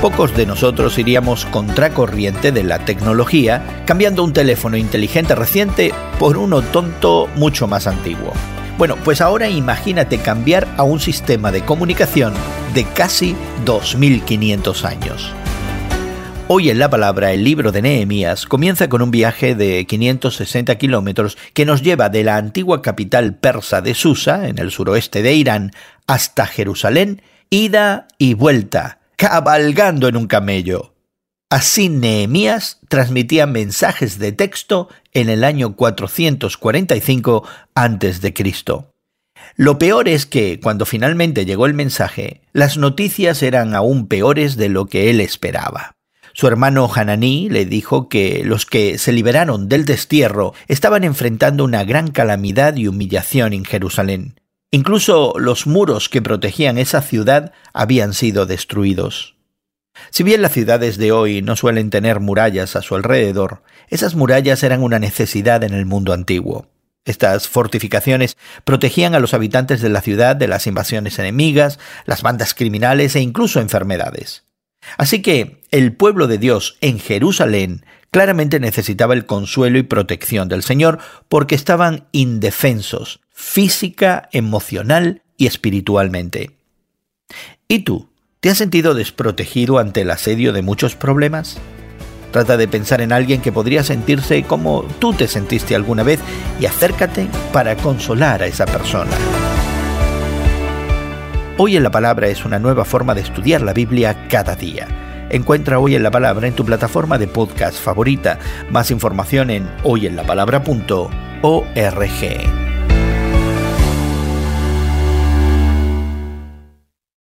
Pocos de nosotros iríamos contracorriente de la tecnología, cambiando un teléfono inteligente reciente por uno tonto mucho más antiguo. Bueno, pues ahora imagínate cambiar a un sistema de comunicación de casi 2500 años. Hoy en la palabra, el libro de Nehemías comienza con un viaje de 560 kilómetros que nos lleva de la antigua capital persa de Susa, en el suroeste de Irán, hasta Jerusalén, ida y vuelta, cabalgando en un camello. Así Nehemías transmitía mensajes de texto en el año 445 a.C. Lo peor es que, cuando finalmente llegó el mensaje, las noticias eran aún peores de lo que él esperaba. Su hermano Hananí le dijo que los que se liberaron del destierro estaban enfrentando una gran calamidad y humillación en Jerusalén. Incluso los muros que protegían esa ciudad habían sido destruidos. Si bien las ciudades de hoy no suelen tener murallas a su alrededor, esas murallas eran una necesidad en el mundo antiguo. Estas fortificaciones protegían a los habitantes de la ciudad de las invasiones enemigas, las bandas criminales e incluso enfermedades. Así que el pueblo de Dios en Jerusalén claramente necesitaba el consuelo y protección del Señor porque estaban indefensos, física, emocional y espiritualmente. ¿Y tú? ¿Te has sentido desprotegido ante el asedio de muchos problemas? Trata de pensar en alguien que podría sentirse como tú te sentiste alguna vez y acércate para consolar a esa persona. Hoy en la Palabra es una nueva forma de estudiar la Biblia cada día. Encuentra Hoy en la Palabra en tu plataforma de podcast favorita. Más información en hoyenlapalabra.org.